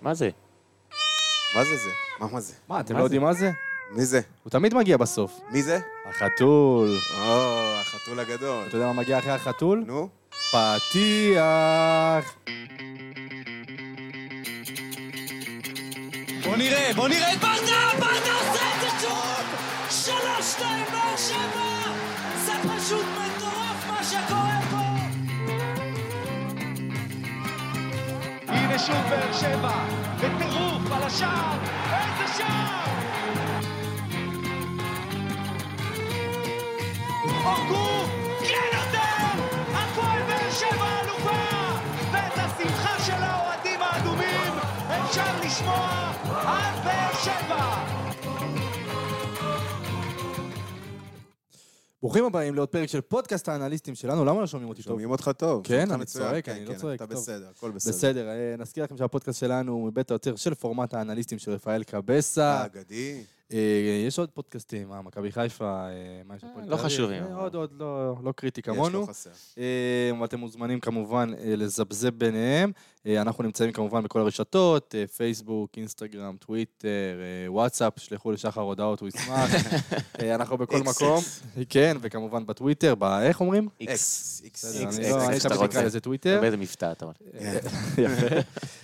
מה זה? מה זה? מה זה? מה, אתם לא יודעים מה זה? מי זה? הוא תמיד מגיע בסוף. מי זה? החתול. החתול הגדול. אתה יודע מה מגיע אחרי החתול? נו? פתיח. בוא נראה את ברדה עושה את זה שוב! 3-2 באר שבע! זה פשוט מטורף מה שקורה פה! הנה שוב באר שבע, בטירוף על השער, איזה שער! אורגו, כן יותר! הפועל באר שבע אלופה! ואת השמחה של האוהדים האדומים אפשר לשמוע על באר שבע! ברוכים הבאים לעוד פרק של פודקאסט האנליסטים שלנו. למה לא שומעים אותי טוב? שומעים אותך טוב. כן, אני צועק, אני לא צועק. אתה בסדר, הכל בסדר. בסדר, נזכיר לכם שהפודקאסט שלנו הוא מבית היוצר של פורמט האנליסטים של רפאל קבסה. אגדי. יש עוד פודקאסטים, מכבי חיפה, מה יש לא חשובים. עוד לא קריטי כמונו. יש, לא חסר. ואתם מוזמנים כמובן לזבזב ביניהם. אנחנו נמצאים כמובן בכל הרשתות, פייסבוק, אינסטגרם, טוויטר, וואטסאפ, שלחו לשחר הודעות, הוא ישמח. אנחנו בכל מקום. כן, וכמובן בטוויטר, איך אומרים? אקס. אני חייב לקרוא לזה טוויטר. באיזה מבטא, אתה אומר. יפה.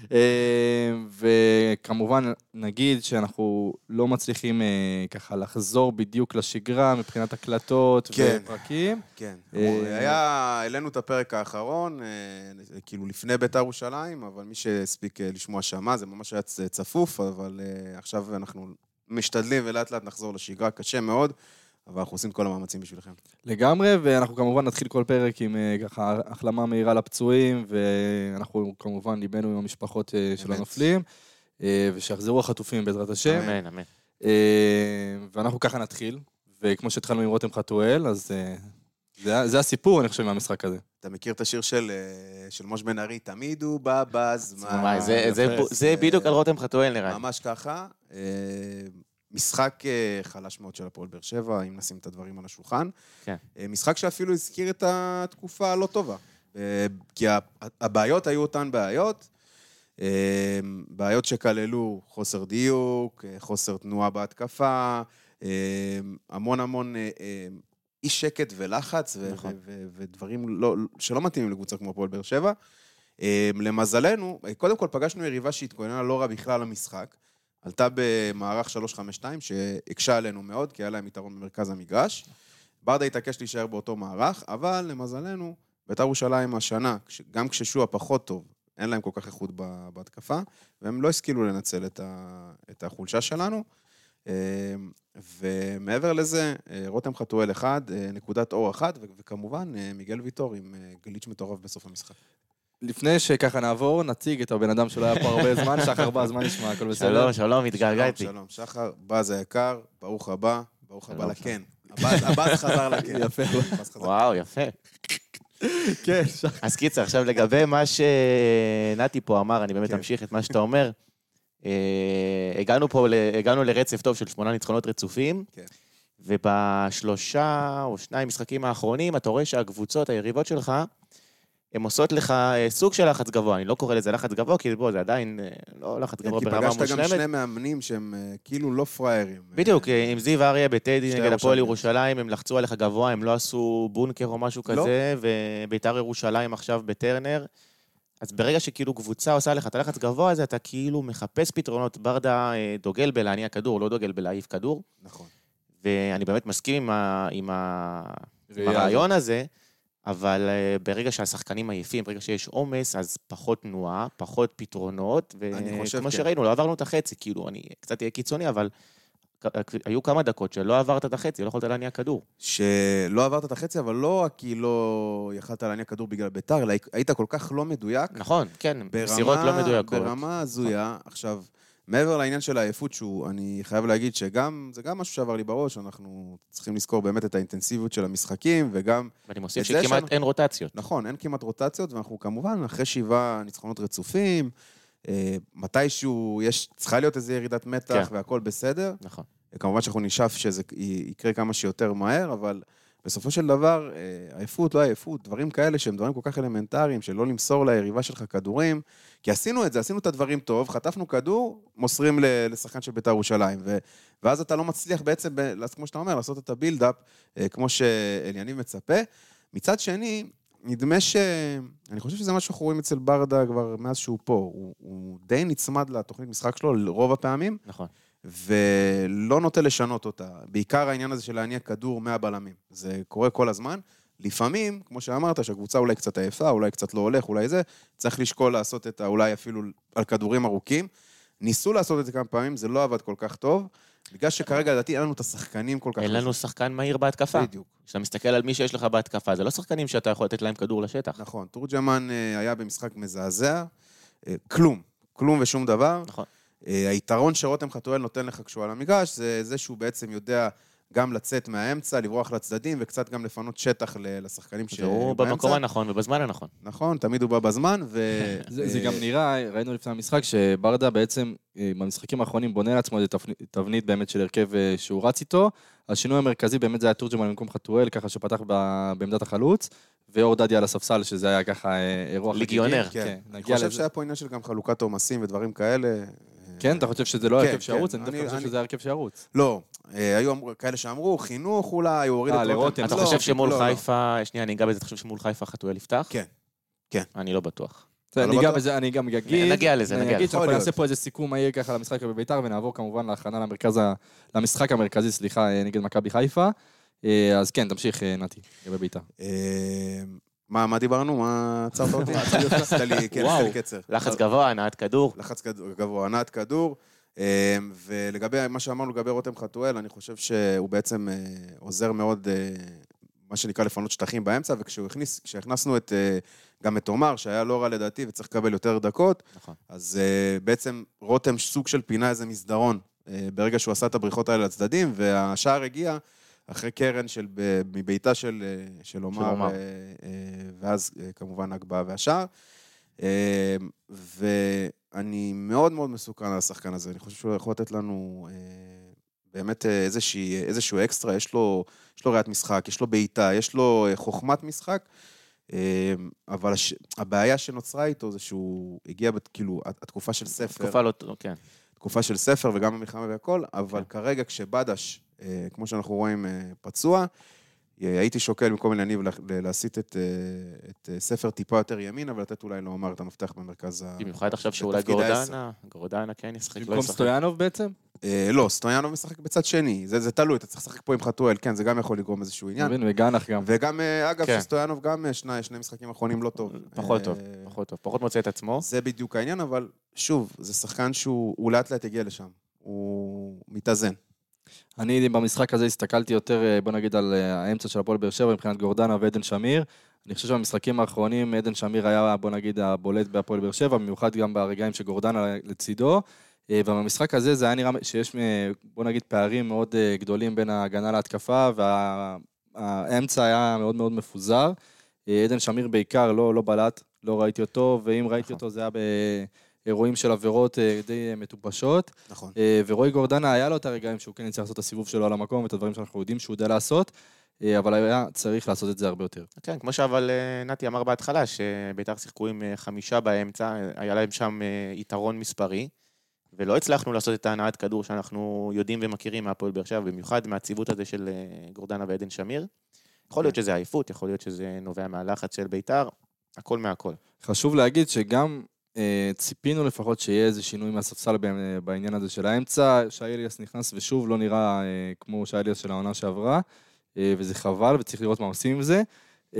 וכמובן נגיד שאנחנו לא מצליחים ככה לחזור בדיוק לשגרה מבחינת הקלטות ופרקים. כן. העלינו את הפרק האחרון, כאילו לפני בית"ר ירושלים, אבל מי שהספיק לשמוע שמה, זה ממש היה צפוף, אבל עכשיו אנחנו משתדלים ולאט לאט נחזור לשגרה, קשה מאוד, אבל אנחנו עושים כל המאמצים בשבילכם. לגמרי, ואנחנו כמובן נתחיל כל פרק עם ככה החלמה מהירה לפצועים, ואנחנו כמובן ליבנו עם המשפחות של הנופלים, ושיחזרו החטופים בעזרת השם. אמן, אמן. ואנחנו ככה נתחיל, וכמו שהתחלנו עם רותם חתואל, אז זה הסיפור, אני חושב, מהמשחק הזה. אתה מכיר את השיר של מוש בן ארי, תמיד הוא בא בזמן. זה בדיוק על רותם חתואל נראה. ממש ככה. משחק חלש מאוד של הפועל באר שבע, אם נשים את הדברים על השולחן. כן. משחק שאפילו הזכיר את התקופה הלא טובה. כי הבעיות היו אותן בעיות. בעיות שכללו חוסר דיוק, חוסר תנועה בהתקפה, המון אי שקט ולחץ, ודברים שלא מתאימים לקבוצה כמו הפועל באר שבע. למזלנו, קודם כל פגשנו יריבה שהתכוננה לא רע בכלל למשחק, עלתה במערך 352, שהקשה עלינו מאוד, כי היה להם יתרון במרכז המגרש. ברדה התעקש להישאר באותו מערך, אבל למזלנו, בית"ר ירושלים השנה, גם כששועה פחות טוב, אין להם כל כך איכות בהתקפה, והם לא השכילו לנצל את החולשה שלנו. ומעבר לזה, רותם חתואל אחד, נקודת אור אחת, וכמובן מיגל ויטור עם גליץ' מטורף בסוף המשחק. לפני שככה נעבור, נציג את הבן אדם שלא היה פה הרבה זמן, שחר בא, זמן נשמע, הכל בסדר. שלום, התגעגעתי. שלום, שחר, בז היקר, ברוך הבא לכן. הבז חזר לכן. יפה. וואו, יפה. כן, אז קיצר, עכשיו לגבי מה שנתי פה אמר, אני באמת אמשיך את מה שאתה אומר. הגענו לרצף טוב של 8 ניצחונות רצופים, ובשלושה או 2 משחקים האחרונים, אתה רואה שהקבוצות, היריבות שלך, הן עושות לך סוג של לחץ גבוה. אני לא קורא לזה לחץ גבוה, כי בוא, זה עדיין לא לחץ גבוה ברמה מושלמת. כי פגשת גם 2 מאמנים שהם כאילו לא פריירים. בדיוק, עם זיו אריה בטדי נגד הפועל ירושלים, הם לחצו עליך גבוה, הם לא עשו בונקר או משהו כזה, ובית"ר ירושלים עכשיו בטרנר. אז ברגע שכאילו קבוצה עושה לך את הלחץ גבוה הזה, אתה כאילו מחפש פתרונות. ברדה דוגל בלהניע כדור, לא דוגל בלהעיף כדור. נכון. ואני באמת מסכים עם הרעיון הזה, אבל ברגע שהשחקנים עייפים, ברגע שיש עומס, אז פחות תנועה, פחות פתרונות, וכמו שראינו, לא עברנו את החצי, כאילו, אני קצת אהיה קיצוני, אבל היו כמה דקות שלא עברת את החצי, לא יכולת להניע כדור. שלא עברת את החצי, אבל לא רק כי לא יכלת להניע כדור בגלל בית"ר, אלא היית כל כך לא מדויק. נכון, כן, מסירות לא מדויקות. ברמה הזויה, עכשיו, מעבר לעניין של העייפות, אני חייב להגיד שגם, זה גם משהו שעבר לי בראש, אנחנו צריכים לזכור באמת את האינטנסיביות של המשחקים, וגם... ואני מוסיף שכמעט אין רוטציות. נכון, אין כמעט רוטציות, ואנחנו כמובן, אחרי 7 ניצחונות רצופים, מתישהו צריכה להיות איזו ירידת מתח, והכל בסדר. נכון. כמובן שאנחנו נשאף שזה יקרה כמה שיותר מהר, אבל בסופו של דבר, עייפות, לא עייפות, דברים כאלה שהם דברים כל כך אלמנטריים, שלא למסור ליריבה שלך כדורים, כי עשינו את זה, עשינו את הדברים טוב, חטפנו כדור, מוסרים לשחקן של בית"ר ירושלים, ואז אתה לא מצליח בעצם, כמו שאתה אומר, לעשות את הבילדאפ, כמו שאליניב מצפה. מצד שני, נדמה אני חושב שזה מה שאנחנו רואים אצל ברדה כבר מאז שהוא פה, הוא די נצמד לתוכנית משחק שלו רוב הפעמים, נכון. ולא נוטה לשנות אותה. בעיקר העניין הזה של להניע כדור מהבלמים. זה קורה כל הזמן. לפעמים, כמו שאמרת, שהקבוצה אולי קצת עייפה, אולי קצת לא הולך, אולי זה, צריך לשקול לעשות את אולי אפילו על כדורים ארוכים. ניסו לעשות את זה כמה פעמים, זה לא עבד כל כך טוב, בגלל שכרגע, לדעתי, אין לנו את השחקנים כל כך... אין לנו שחקן מהיר בהתקפה. בדיוק. כשאתה מסתכל על מי שיש לך בהתקפה, זה לא שחקנים שאתה יכול לתת להם כדור לשטח. נכון, תורג'מן היה במשחק מזעזע, כלום ושום דבר. נכון. היתרון שרותם חתואל נותן לך כשהוא על המגרש, זה שהוא בעצם יודע גם לצאת מהאמצע, לברוח לצדדים, וקצת גם לפנות שטח לשחקנים שבאמצע. הוא במקום הנכון ובזמן הנכון. נכון, תמיד הוא בא בזמן, זה גם נראה, ראינו לפני המשחק, שברדה בעצם, במשחקים האחרונים, בונה לעצמו את תבנית באמת של הרכב שהוא רץ איתו. השינוי המרכזי באמת זה היה תורג'מן במקום חתואל, ככה שפתח בעמדת החלוץ, ואור דדי על הספסל, שזה היה ככה אירוע חגיגי. ליגיונר. אני חושב שהיה פה עניין של גם חלוקת עומסים ודברים כאלה. כן, אתה חושב שזה לא הרכב שירוץ? אני דווקא חושב שזה הרכב שירוץ. לא, היו כאלה שאמרו, חינוך אולי, הוא הוריד את רותם. אתה חושב שמול חיפה, שנייה, אני אגע בזה, אתה חושב שמול חיפה חתואל יפתח? כן. אני לא בטוח. אני גם אגיד, נגיע לזה. שאנחנו נעשה פה איזה סיכום מהיר ככה למשחק בביתר, ונעבור כמובן להכנה למשחק המרכזי, נגד מכבי חיפה. אז כן, תמשיך, נתי, בביתר. מה דיברנו? מה עצרת אותי? עשתה לי קצר. לחץ גבוה, הנעת כדור. לחץ גבוה, הנעת כדור. ולגבי מה שאמרנו לגבי רותם חתואל, אני חושב שהוא בעצם עוזר מאוד, מה שנקרא לפנות שטחים באמצע, וכשהכנסנו גם את עומר, שהיה לא רע לדעתי וצריך לקבל יותר דקות, אז בעצם רותם סוג של פינה איזה מסדרון, ברגע שהוא עשה את הבריחות האלה לצדדים, והשער הגיע אחרי קרן מביתה של עומר, ואז כמובן הגבהה והשער. ואני מאוד מאוד מסוכן על השחקן הזה, אני חושב שהוא יכול לתת לנו באמת איזשהו אקסטרה, יש לו ראיית משחק, יש לו בעיטה, יש לו חוכמת משחק, אבל הבעיה שנוצרה איתו זה שהוא הגיע כאילו התקופה של ספר, תקופה של ספר וגם המלחמה והכל, אבל כרגע כשבדש, כמו שאנחנו רואים פצוע, הייתי שוקל במקום ענייניב להסיט את ספר טיפה יותר ימין, אבל לתת אולי לא אומר את המפתח במרכז ה... במיוחד עכשיו שאולי גורדנה כן ישחק. במקום סטויאנוב בעצם? לא, סטויאנוב משחק בצד שני, זה תלוי, אתה צריך לשחק פה עם חתואל, כן, זה גם יכול לגרום איזשהו עניין. וגנח גם. וגם, אגב, סטויאנוב גם שני משחקים האחרונים לא טוב. פחות טוב, פחות מוצא את עצמו. זה בדיוק העניין, אבל שוב, זה שחקן שהוא לאט לאט הגיע לשם, הוא מתאזן. אני במשחק הזה הסתכלתי יותר, בוא נגיד, על האמצע של הפועל באר שבע, מבחינת גורדנה ועדן שמיר. אני חושב שבמשחקים האחרונים, עדן שמיר היה, בוא נגיד, הבולט בהפועל באר שבע, במיוחד גם ברגעים שגורדנה לצידו. ובמשחק הזה זה היה נראה שיש, בוא נגיד, פערים מאוד גדולים בין ההגנה להתקפה, והאמצע היה מאוד מאוד מפוזר. עדן שמיר בעיקר לא בלט, לא ראיתי אותו, ואם ראיתי אותו זה היה אירועים של עבירות די מטופשות. נכון. ורועי גורדנה היה לו את הרגעים שהוא כן יצטרך לעשות את הסיבוב שלו על המקום, את הדברים שאנחנו יודעים שהוא יודע לעשות, אבל היה צריך לעשות את זה הרבה יותר. כן, כמו שאבל נתי אמר בהתחלה, שבית"ר שיחקו עם 5 באמצע, היה להם שם יתרון מספרי, ולא הצלחנו לעשות את ההנעת כדור שאנחנו יודעים ומכירים מהפועל באר שבע, במיוחד מהציוות הזה של גורדנה ועדן שמיר. יכול להיות שזה עייפות, יכול להיות שזה נובע מהלחץ של בית"ר, הכל מהכל. חשוב להגיד שגם ציפינו לפחות שיהיה איזה שינוי מהספסל בעניין הזה של האמצע, שי אליאס נכנס ושוב לא נראה כמו שי אליאס של העונה שעברה, וזה חבל וצריך לראות מה עושים עם זה,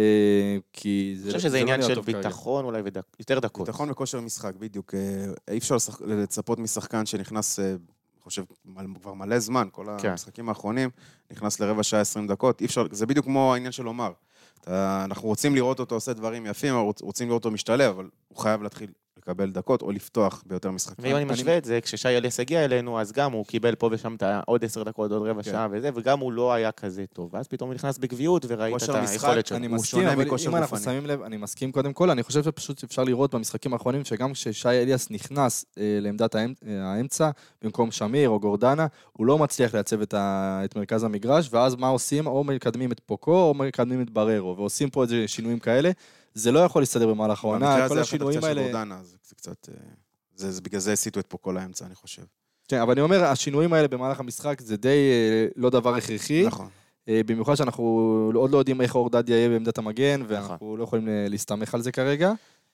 כי זה... אני חושב שזה עניין של ביטחון אולי יותר דקות. ביטחון וכושר משחק, בדיוק. אי אפשר לצפות משחקן שנכנס, אני חושב, כבר מלא זמן, כל המשחקים האחרונים, נכנס לרבע שעה 20 דקות, אי אפשר, זה בדיוק כמו העניין של עומר. אנחנו רוצים לראות אותו עושה דברים יפים, רוצים לראות אותו משתלב, אבל הוא חייב להתחיל לקבל דקות, או לפתוח ביותר משחקים. ואם אני משווה את זה, כששי אליאס הגיע אלינו, אז גם הוא קיבל פה ושם עוד 10 דקות, עוד רבע שעה וזה, וגם הוא לא היה כזה טוב. ואז פתאום הוא נכנס בגביעות, וראית את היכולת שלו. אני מסכים, אבל אם אנחנו שמים לב, אני מסכים קודם כל, אני חושב שפשוט אפשר לראות במשחקים האחרונים, שגם כששי אליאס נכנס לעמדת האמצע, במקום שמיר או גורדנה, הוא לא מצליח לייצב את מרכז המגרש, ואז מה עושים? או מקדמים את פוקו, או מקדמים את בררו, ועושים פה איזה שינויים כאלה. זה לא יכול להסתדר במהלך העונה, כל השינויים האלה... זה קצת... בגלל זה הסיטו את פוקו לאמצע, אני חושב. כן, אבל אני אומר, השינויים האלה במהלך המשחק זה די לא דבר הכרחי. נכון. במיוחד שאנחנו עוד לא יודעים איך אורדד יהיה בעמדת המגן, ואנחנו לא יכולים להסתמך על זה כרגע.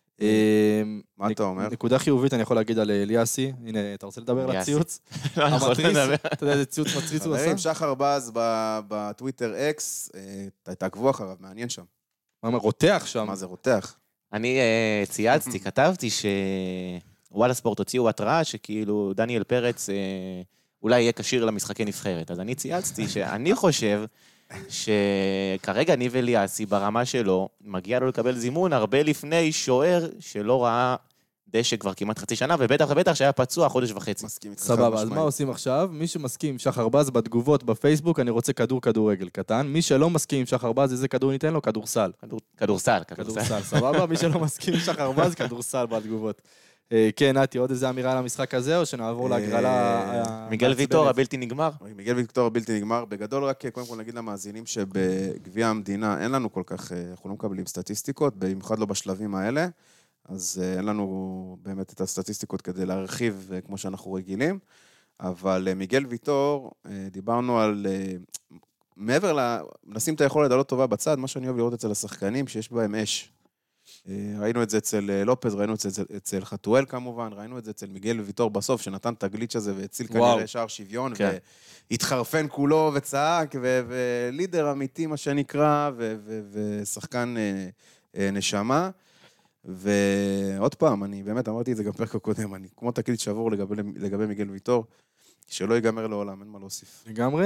מה אתה אומר? נקודה חיובית אני יכול להגיד על אליאסי. הנה, אתה רוצה לדבר על הציוץ? לא, אני יכול לדבר. אתה יודע איזה ציוץ מצריץ הוא עשה? חברים, שחר בז בטוויטר אקס, תעקבו אחריו, מעניין שם. מה אומר, רותח שם? מה זה רותח? אני צייצתי, כתבתי שוואלה ספורט הוציאו התראה שכאילו דניאל פרץ אולי יהיה קשיר למשחקי נבחרת. אז אני צייצתי שאני חושב שכרגע ניב אליאסי ברמה שלו מגיע לו לקבל זימון הרבה לפני שוער שלא ראה דשא כבר כמעט חצי שנה, ובטח שהיה פצוע חודש וחצי. סבבה, אז מה עושים עכשיו? מי שמסכים עם שחר בז בתגובות בפייסבוק, אני רוצה כדורגל קטן. מי שלא מסכים עם שחר בז, איזה כדור ניתן לו? כדורסל. כדורסל, סבבה? מי שלא מסכים עם שחר בז, כדורסל בתגובות. כן, נתי, עוד איזה אמירה על המשחק הזה, או שנעבור להגרלה... מיגל ויטור, הבלתי נגמר. מיגל ויטור, הבלתי נגמר. בגדול רק, קודם כל נגיד למאזינים שבגביע המדינה אין לנו כל כך, אנחנו לא מקבלים סטטיסטיקות, במיוחד לא בשלבים האלה, אז אין לנו באמת את הסטטיסטיקות כדי להרחיב כמו שאנחנו רגילים, אבל מיגל ויטור, דיברנו על... מעבר נשים את היכולת הלא טובה בצד, מה שאני אוהב לראות אצל השחקנים, שיש בהם אש. ראינו את זה אצל לופז, ראינו את זה אצל חתואל כמובן, ראינו את זה אצל מיגל ויטור בסוף, שנתן את הגליץ' הזה והציל כנראה שער שוויון, והתחרפן כולו וצעק, ולידר אמיתי מה שנקרא, ושחקן נשמה. ועוד פעם, אני באמת אמרתי את זה גם פרק הקודם, אני כמו תקליט שבור לגבי מיגל ויטור, שלא ייגמר לעולם, אין מה להוסיף. לגמרי.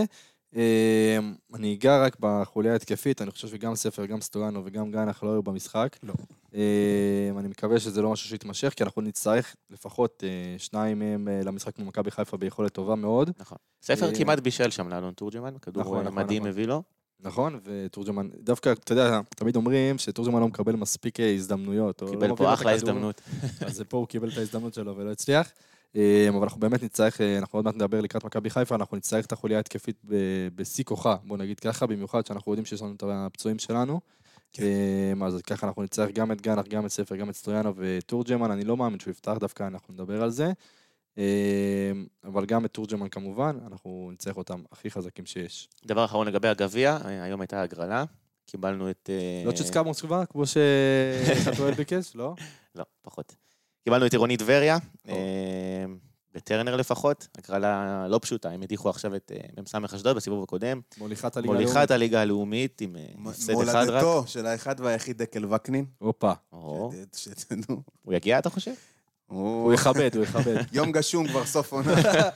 אני אגע רק בחוליה התקפית, אני חושב שגם ספר, גם סטויאנו וגם גאנח לא היו במשחק. לא. אני מקווה שזה לא משהו שיתמשך, כי אנחנו נצטרך לפחות 2 מהם למשחק ממכבי חיפה ביכולת טובה מאוד. נכון. ספר כמעט בישל שם לאלון תורג'מן, כדור מדהים מביא לו. נכון, ותורג'מן, דווקא, אתה יודע, תמיד אומרים שתורג'מן לא מקבל מספיק הזדמנויות. קיבל פה אחלה הזדמנות. אז פה הוא קיבל את ההזדמנות שלו ולא הצליח. אבל אנחנו באמת נצטרך, אנחנו עוד מעט נדבר לקראת מכבי חיפה, אנחנו נצטרך את החוליה התקפית בשיא כוחה, בוא נגיד ככה, במיוחד שאנחנו יודעים שיש לנו את הפצועים שלנו. אז ככה אנחנו נצטרך גם את גאנח, גם את ספר, גם את סטויאנו וטורג'מן, אני לא מאמין שהוא יפתח, דווקא אנחנו נדבר על זה. אבל גם את טורג'מן כמובן, אנחנו נצטרך אותם הכי חזקים שיש. דבר אחרון לגבי הגביע, היום הייתה הגרלה, קיבלנו את... לא צ'סקה מוסקבה, כמו שחתואל ביקש, לא? לא, פחות. קיבלנו את עירונית טבריה, בטרנר לפחות, הגרלה לא פשוטה, הם הדיחו עכשיו את מ"ס אשדוד בסיבוב הקודם. מוליכת הליגה הלאומית עם הפסד אחד רק. מולדתו של האחד והיחיד דקל וקנין. הופה. שתדעו. הוא יגיע, אתה חושב? הוא יכבד. יום גשום כבר סוף עונה.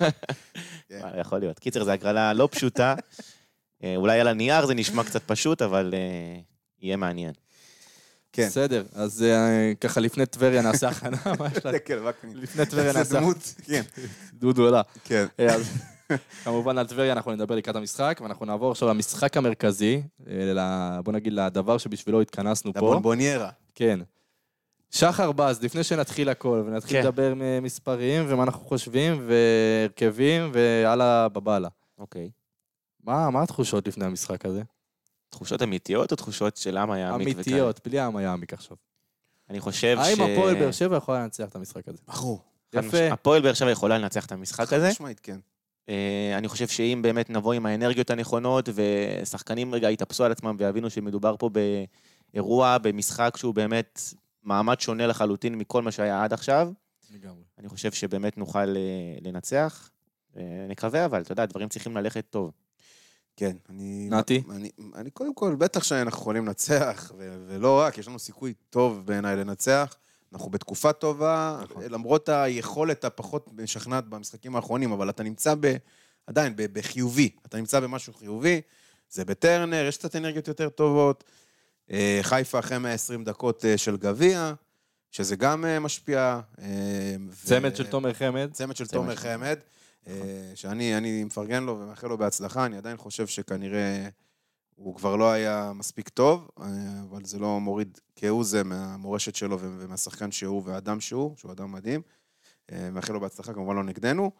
יכול להיות. קיצר, זו הגרלה לא פשוטה. אולי על הנייר זה נשמע קצת פשוט, אבל יהיה מעניין. כן. בסדר, אז ככה לפני טבריה נעשה הכנה, מה יש לך? דקל וקנין. לפני טבריה נעשה... זה דמות, כן. דודו עלה. כן. אז כמובן על טבריה אנחנו נדבר לקראת המשחק, ואנחנו נעבור עכשיו למשחק המרכזי, בוא נגיד לדבר שבשבילו התכנסנו פה. לבונבוניירה. כן. שחר בז, לפני שנתחיל הכל, ונתחיל לדבר מספרים, ומה אנחנו חושבים, והרכבים, ועלה בבאללה. אוקיי. מה התחושות לפני המשחק הזה? תחושות אמיתיות או תחושות של עם היעמיק וכאלה? אמיתיות, בלי עם היעמיק עכשיו. אני חושב האם הפועל באר שבע יכולה לנצח את המשחק הזה? ברור. יפה. הפועל באר שבע יכולה לנצח את המשחק הזה. משמעית, כן. אני חושב שאם באמת נבוא עם האנרגיות הנכונות, ושחקנים רגע יתאפסו על עצמם ויבינו שמדובר פה באירוע, במשחק שהוא באמת מעמד שונה לחלוטין מכל מה שהיה עד עכשיו, אני חושב שבאמת נוכל לנצח. נקווה, אבל אתה יודע, דברים צריכים ללכת טוב. כן, נתי? אני קודם כל, בטח שאנחנו יכולים לנצח, ולא רק, יש לנו סיכוי טוב בעיניי לנצח, אנחנו בתקופה טובה, למרות היכולת הפחות משכנעת במשחקים האחרונים, אבל אתה נמצא עדיין בחיובי, אתה נמצא במשהו חיובי, זה בטרנר, יש קצת אנרגיות יותר טובות, חיפה אחרי 120 דקות של גביע, שזה גם משפיע. צמד של תומר חמד. צמד של תומר חמד, שאני מפרגן לו ומאחל לו בהצלחה, אני עדיין חושב שכנראה הוא כבר לא היה מספיק טוב, אבל זה לא מוריד כהוא זה מהמורשת שלו ומהשחקן שהוא והאדם שהוא אדם מדהים. מאחל לו בהצלחה, כמובן לא נגדנו.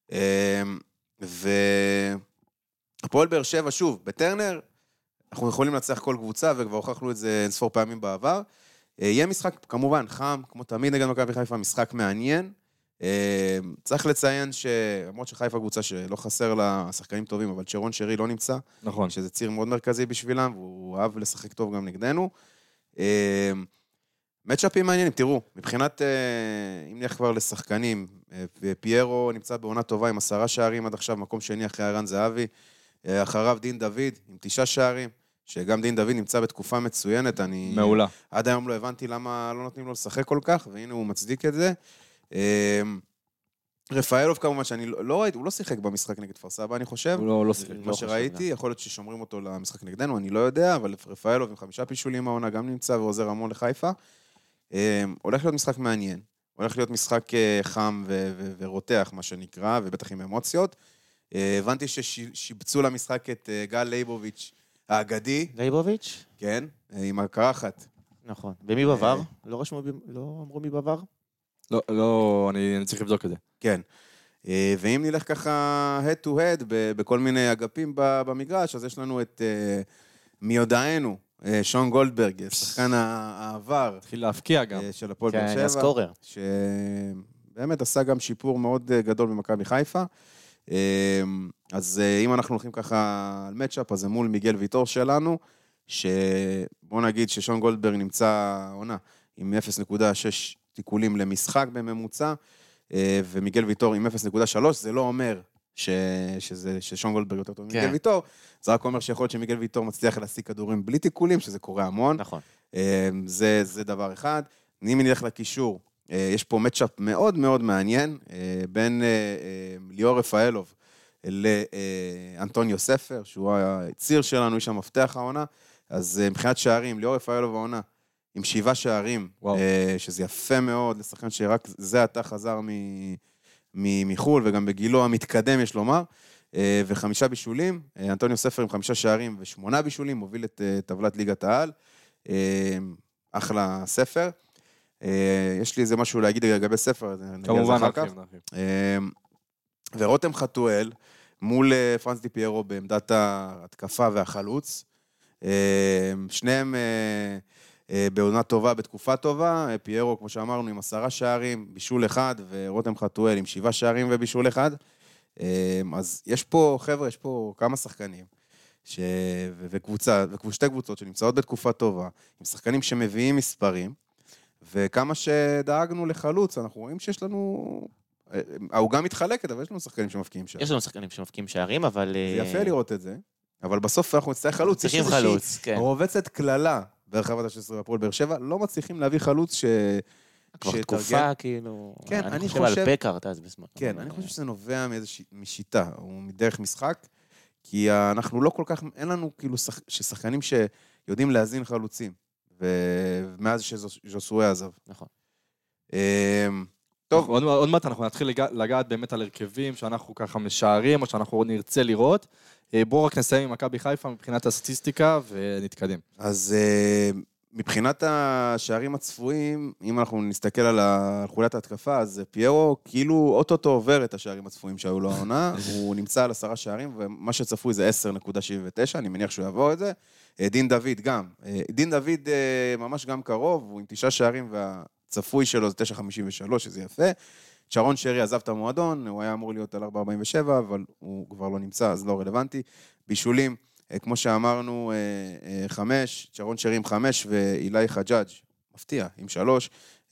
והפועל באר שבע, שוב, בטרנר, אנחנו יכולים לנצח כל קבוצה, וכבר הוכחנו את זה אינספור פעמים בעבר. יהיה משחק, כמובן, חם, כמו תמיד נגד מכבי חיפה, משחק מעניין. צריך לציין למרות שחיפה קבוצה שלא חסר לה שחקנים טובים, אבל שרון שרי לא נמצא. נכון. שזה ציר מאוד מרכזי בשבילם, והוא אהב לשחק טוב גם נגדנו. מצ'אפים מעניינים, תראו, מבחינת, אם נלך כבר לשחקנים, פיירו נמצא בעונה טובה עם 10 שערים עד עכשיו, מקום שני אחרי ערן זהבי, אחריו דין דוד עם 9 שערים, שגם דין דוד נמצא בתקופה מצוינת, אני... מעולה. עד היום לא הבנתי למה לא נותנים לו לשחק כל כך, והנה הוא מצדיק את זה. רפאלוב כמובן שאני לא ראיתי, הוא לא שיחק במשחק נגד כפר סבא, אני חושב. הוא לא שיחק. מה שראיתי, יכול להיות ששומרים אותו למשחק נגדנו, אני לא יודע, אבל רפאלוב עם 5 פישולים העונה גם נמצא ועוזר המון לחיפה. הולך להיות משחק מעניין, הולך להיות משחק חם ורותח, מה שנקרא, ובטח עם אמוציות. הבנתי ששיבצו למשחק את גל לייבוביץ' האגדי. לייבוביץ'? כן, עם הקרחת. נכון. ומי בעבר? לא אמרו מי בעבר? לא, אני צריך לבדוק את זה. כן. ואם נלך ככה head to head בכל מיני אגפים במגרש, אז יש לנו את מי יודענו, שון גולדברג, שחקן העבר. התחיל להפקיע גם. של הפועל באר שבע. כן, הסקורר. שבאמת עשה גם שיפור מאוד גדול במכבי חיפה. אז אם אנחנו הולכים ככה על מצ'אפ, אז זה מול מיגל ויטור שלנו, שבוא נגיד ששון גולדברג נמצא עונה עם 0.6 תיקולים למשחק בממוצע, ומיגל ויטור עם 0.3, זה לא אומר ששון גולדברג יותר טוב ממיגל ויטור, זה רק אומר שיכול להיות שמיגל ויטור מצליח להשיג כדורים בלי תיקולים, שזה קורה המון. נכון. זה דבר אחד. אם נלך לקישור, יש פה מצ'אפ מאוד מאוד מעניין, בין ליאור רפאלוב לאנטוניו ספר, שהוא הציר שלנו, יש שם מפתח העונה, אז מבחינת שערים, ליאור רפאלוב העונה, עם 7 שערים, שזה יפה מאוד, לשחקן שרק זה עתה חזר מחול, וגם בגילו המתקדם, יש לומר, ו5 בישולים, אנטוניו ספר עם 5 שערים ו8 בישולים, מוביל את טבלת ליגת העל, אחלה ספר. יש לי איזה משהו להגיד לגבי ספר, כמובן, נרחיב. ורותם חתואל, מול פרנס די פיירו בעמדת ההתקפה והחלוץ, שניהם בעונה טובה, בתקופה טובה, פיירו, כמו שאמרנו, עם 10 שערים, בישול 1, ורותם חתואל עם 7 שערים ובישול 1. אז יש פה, חבר'ה, יש פה כמה שחקנים, ושתי קבוצות שנמצאות בתקופה טובה, עם שחקנים שמביאים מספרים, וכמה שדאגנו לחלוץ, אנחנו רואים שיש לנו... העוגה מתחלקת, אבל יש לנו שחקנים שמפקיעים שערים. יש לנו שחקנים שמפקיעים שערים, אבל... זה יפה לראות את זה, אבל בסוף אנחנו נצטרך חלוץ. צריכים חלוץ, כן. רובצת כללה ברחבת ה-16 הפועל באר שבע, לא מצליחים להביא חלוץ כבר תקופה, כאילו... כן, אני חושב... על פקארט אז בזמן. כן, אני חושב שזה נובע משיטה, או מדרך משחק, כי אנחנו לא כל כך... אין לנו כאילו שחקנים שיודעים להזין חלוצים, ומאז שז'וסואה עזב. נכון. טוב. עוד מעט אנחנו נתחיל לגעת באמת על הרכבים שאנחנו ככה משערים, או שאנחנו נרצה לראות. בואו רק נסיים עם מכבי חיפה מבחינת הסטטיסטיקה ונתקדם. אז מבחינת השערים הצפויים, אם אנחנו נסתכל על חולת ההתקפה, אז פיירו כאילו אוטוטו עובר את השערים הצפויים שהיו לו העונה, הוא נמצא על 10 שערים, ומה שצפוי זה 10.79, אני מניח שהוא יעבור את זה. דין דוד גם. דין דוד ממש גם קרוב, הוא עם 9 שערים והצפוי שלו זה 9.53, שזה יפה. שרון שרי עזב את המועדון, הוא היה אמור להיות על 4.47, אבל הוא כבר לא נמצא, אז לא רלוונטי. בישולים, כמו שאמרנו, 5, שרון שרי עם 5, ואילי חג'אג' מפתיע, עם 3.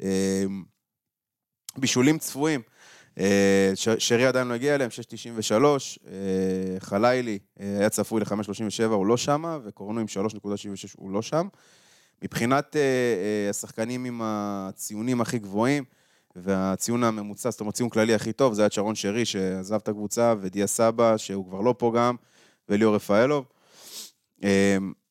בישולים צפויים, שרי עדיין לא הגיע אליהם, 6.93, חלילי היה צפוי ל-5.37, הוא לא שם, וקורנו עם 3.76, הוא לא שם. מבחינת השחקנים עם הציונים הכי גבוהים, והציון הממוצע, זאת אומרת, ציון כללי הכי טוב, זה היה שרון שרי, שעזב את הקבוצה, ודיה סבא, שהוא כבר לא פה גם, וליאור רפאלוב.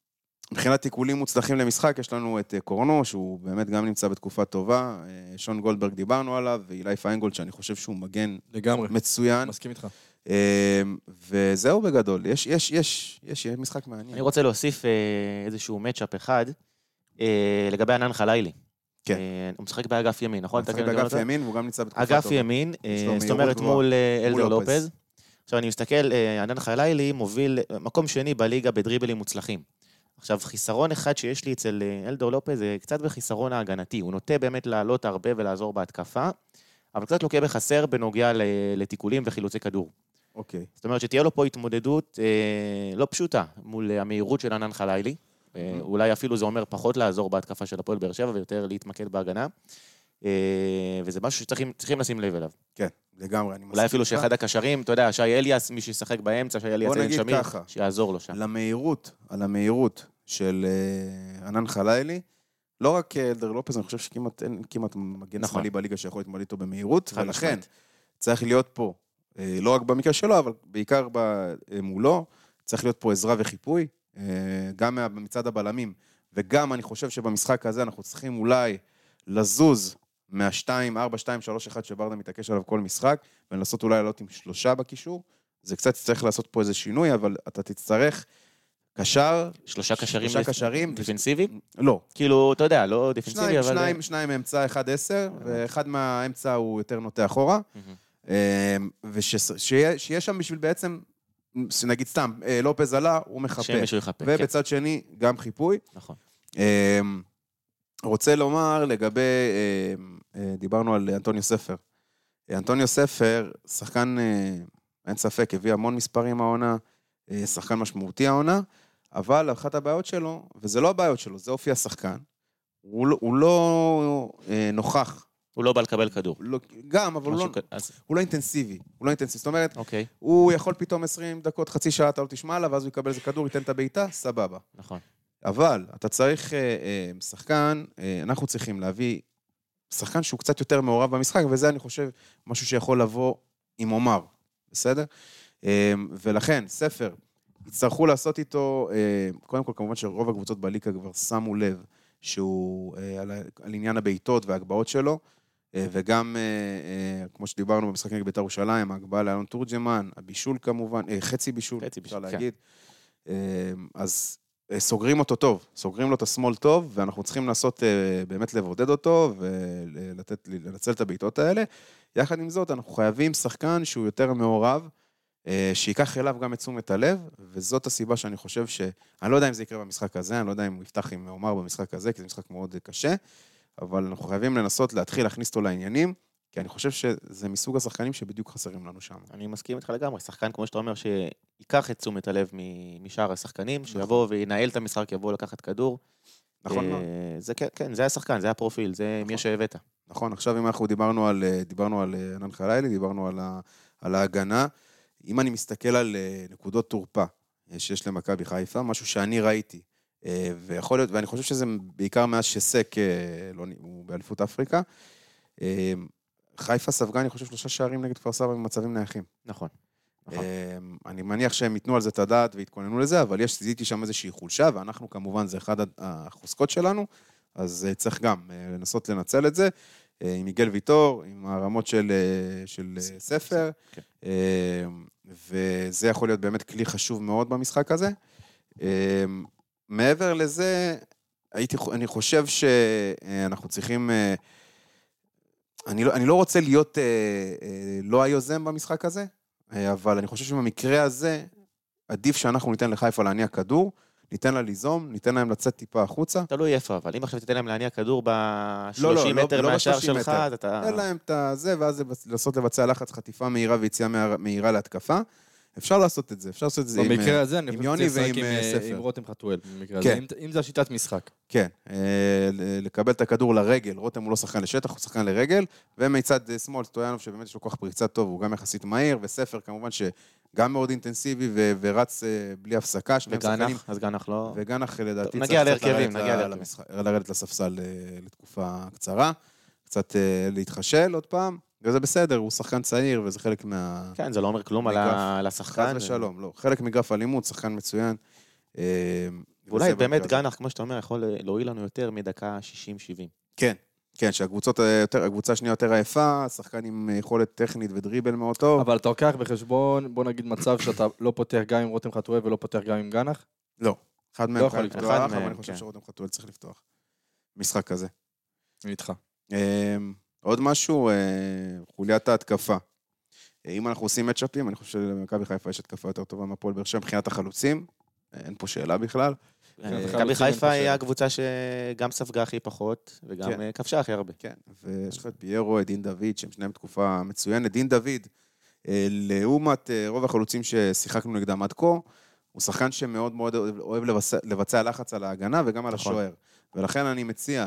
מבחינת תיקולים מוצלחים למשחק, יש לנו את קורנו, שהוא באמת גם נמצא בתקופה טובה, שון גולדברג דיברנו עליו, ואילי פיינגולד, שאני חושב שהוא מגן לגמרי. מצוין. מסכים איתך. וזהו בגדול, יש משחק מעניין. אני רוצה להוסיף איזשהו מצ'אפ אחד, לגבי ענן חלילי. כן. הוא משחק באגף ימין, נכון? הוא משחק באגף ימין, והוא גם נמצא בתקופה טובה. אגף ימין, זאת אומרת מול אלדר לופז. עכשיו אני מסתכל, ענן חלילי מוביל מקום שני בליגה בדריבלים מוצלחים. עכשיו, חיסרון אחד שיש לי אצל אלדר לופז, זה קצת בחיסרון ההגנתי. הוא נוטה באמת לעלות הרבה ולעזור בהתקפה, אבל קצת לוקה בחסר בנוגע לתיקולים וחילוצי כדור. אוקיי. זאת אומרת שתהיה לו פה התמודדות לא פשוטה מול המהירות של ענן חלילי. אולי אפילו זה אומר פחות לעזור בהתקפה של הפועל באר שבע ויותר להתמקד בהגנה. וזה משהו שצריכים לשים לב אליו. כן, לגמרי. אולי אפילו שאחד הקשרים, אתה יודע, שי אליאס, מי שישחק באמצע, שי אליאס אין שמיר, שיעזור לו שם. על המהירות של ענן חלילי, לא רק אלדר לופז, אני חושב שכמעט אין מגן שמאלי בליגה שיכול להתמודד איתו במהירות, ולכן צריך להיות פה, לא רק במקרה שלו, אבל בעיקר מולו, צריך להיות פה עזרה וחיפוי, גם מצד הבלמים, וגם אני חושב שבמשחק הזה אנחנו צריכים אולי לזוז מה-2-4-2-3-1 שברדה מתעקש עליו כל משחק, ולנסות אולי לעלות עם 3 בקישור, זה קצת צריך לעשות פה איזה שינוי, אבל אתה תצטרך קשר, 3 קשרים דיפנסיביים? לא. כאילו, אתה יודע, לא דיפנסיבי, אבל... שניים מאמצע, 1-10, ואחד מהאמצע הוא יותר נוטה אחורה, ושיהיה שם בשביל בעצם, נגיד סתם, לופז עלה, הוא מחפה. ובצד שני, גם חיפוי. נכון. רוצה לומר לגבי, דיברנו על אנטוניו ספר. אנטוניו ספר, שחקן, אין ספק, הביא המון מספרים העונה, שחקן משמעותי העונה, אבל אחת הבעיות שלו, וזה לא הבעיות שלו, זה אופי השחקן, הוא לא נוכח. הוא לא בא לקבל כדור. גם, אבל הוא לא אינטנסיבי. זאת אומרת, הוא יכול פתאום 20 דקות, חצי שעה, אתה לא תשמע עליו, ואז הוא יקבל איזה כדור, ייתן את הביתה, סבבה. נכון. אבל אתה צריך שחקן, אנחנו צריכים להביא שחקן שהוא קצת יותר מעורב במשחק, וזה אני חושב משהו שיכול לבוא עם עומר, בסדר? ולכן, ספר, יצטרכו לעשות איתו, קודם כל כמובן שרוב הקבוצות בליגה כבר שמו לב, שהוא על עניין הבעיטות וההגבהות שלו, וגם, כמו שדיברנו במשחק נגד בית"ר ירושלים, ההגבהה לאלון תורג'מן, הבישול כמובן, חצי בישול, אפשר להגיד. אז סוגרים אותו טוב, סוגרים לו את השמאל טוב, ואנחנו צריכים לעשות, באמת לבודד אותו, ולנצל את הבעיטות האלה. יחד עם זאת, אנחנו חייבים שחקן שהוא יותר מעורב, שיקח אליו גם את תשומת הלב, וזאת הסיבה שאני חושב אני לא יודע אם זה יקרה במשחק הזה, אני לא יודע אם הוא יפתח עם עומר במשחק הזה, כי זה משחק מאוד קשה, אבל אנחנו חייבים לנסות להתחיל להכניס אותו לעניינים, כי אני חושב שזה מסוג השחקנים שבדיוק חסרים לנו שם. אני מסכים איתך לגמרי, שחקן כמו שאתה אומר, שיקח את תשומת הלב משאר השחקנים, שיבוא וינהל את המשחק, יבוא לקחת כדור. נכון. כן, זה השחקן, זה הפרופיל, זה מי שהבאת. נכון, עכשיו אם אנחנו דיברנו על ענן חלילי, דיברנו על ההגנה, אם אני מסתכל על נקודות תורפה שיש למכבי חיפה, משהו שאני ראיתי, ויכול להיות, ואני חושב שזה בעיקר מאז שסק הוא באליפות אפריקה, חיפה ספגה, אני חושב 3 שערים נגד כפר סבא במצבים נייחים. נכון. אני מניח שהם ייתנו על זה את הדעת והתכוננו לזה, אבל זיהיתי שם איזושהי חולשה, ואנחנו כמובן, זה אחד החוזקות שלנו, אז צריך גם לנסות לנצל את זה, עם מיגל ויטור, עם הרמות של ספר, וזה יכול להיות באמת כלי חשוב מאוד במשחק הזה. מעבר לזה, אני חושב שאנחנו צריכים, אני לא רוצה להיות לא היוזם במשחק הזה, אבל אני חושב שבמקרה הזה, עדיף שאנחנו ניתן לחיפה להניע כדור, ניתן לה ליזום, ניתן להם לצאת טיפה החוצה. תלוי איפה, אבל אם עכשיו תיתן להם להניע כדור ב-30 מטר מהשאר שלך, אז אתה... תן להם את זה, ואז לנסות לבצע לחץ חטיפה מהירה ויציאה מהירה להתקפה. אפשר לעשות את זה, אפשר לעשות את זה במקרה הזה, אני עם יוני ועם ספר. עם רותם חתואל, במקרה הזה, אם זה השיטת משחק. כן, לקבל את הכדור לרגל, רותם הוא לא שחקן לשטח, הוא שחקן לרגל, ומצד שמאל, סטויאנוב שבאמת יש לו כוח פריצה טוב, הוא גם יחסית מהיר, וספר כמובן שגם מאוד אינטנסיבי ורץ בלי הפסקה. וגנח, אז גנח לא... וגנח לדעתי נגיע להרכבים, לרדת לספסל לתקופה קצרה, קצת להתחשל עוד פעם. וזה בסדר, הוא שחקן צעיר, וזה חלק מה... כן, זה לא אומר כלום על השחקן. חס ושלום, לא. חלק מגרף הלימוד, שחקן מצוין. ואולי באמת גנח, כמו שאתה אומר, יכול להועיל לנו יותר מדקה 60-70. כן, כן, שהקבוצה השנייה יותר עייפה, שחקן עם יכולת טכנית ודריבל מאוד טוב. אבל אתה לוקח בחשבון, בוא נגיד מצב שאתה לא פותח גם עם רותם חתואל ולא פותח גם עם גנח? לא. אחד מהם יכול לפתוח, אבל אני חושב כן. שרותם חתואל צריך לפתוח. משחק כזה. אני איתך. עוד משהו, חוליית ההתקפה. אם אנחנו עושים מצ'אפים, אני חושב שלמכבי חיפה יש התקפה יותר טובה מהפועל באר שבע מבחינת החלוצים. אין פה שאלה בכלל. מכבי חיפה היא הקבוצה שגם ספגה הכי פחות, וגם כבשה הכי הרבה. כן, ויש לך את פיירו, את דין דוד, שהם שניים תקופה מצוינת. דין דוד, לעומת רוב החלוצים ששיחקנו נגדם עד כה, הוא שחקן שמאוד מאוד אוהב לבצע לחץ על ההגנה וגם על השוער. ולכן אני מציע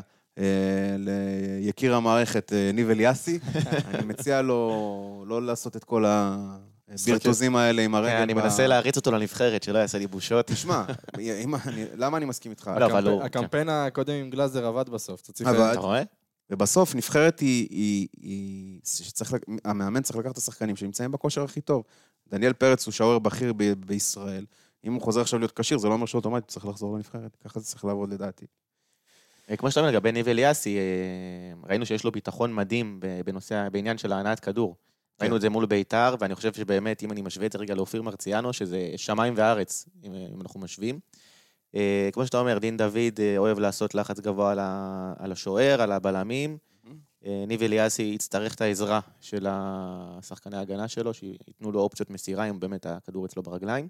ליקיר המערכת ניב אליאסי, אני מציע לו לא לעשות את כל הבירטוזים האלה עם הרגל. אני מנסה להריץ אותו לנבחרת, שלא יעשה לי בושות. תשמע, למה אני מסכים איתך? הקמפיין הקודם עם גלאזר עבד בסוף. אתה רואה? ובסוף נבחרת היא המאמן צריך לקחת את השחקנים שנמצאים בכושר הכי טוב. דניאל פרץ הוא שוער בכיר בישראל. אם הוא חוזר עכשיו להיות קשיר, זה לא אומר שאוטומטית צריך לחזור לנבחרת. ככה זה צריך לעבוד לדעתי. כמו שאתה אומר, לגבי ניב אליאסי, ראינו שיש לו ביטחון מדהים בעניין של הענעת כדור. ראינו את זה מול ביתר, ואני חושב שבאמת, אם אני משווה את זה רגע לאופיר מרציאנו, שזה שמיים וארץ, אם אנחנו משווים. כמו שאתה אומר, דין דוד אוהב לעשות לחץ גבוה על השוער, על הבלמים. ניב אליאסי יצטרך את העזרה של השחקני ההגנה שלו, שיתנו לו אופציות מסירה, אם באמת הכדור אצלו ברגליים.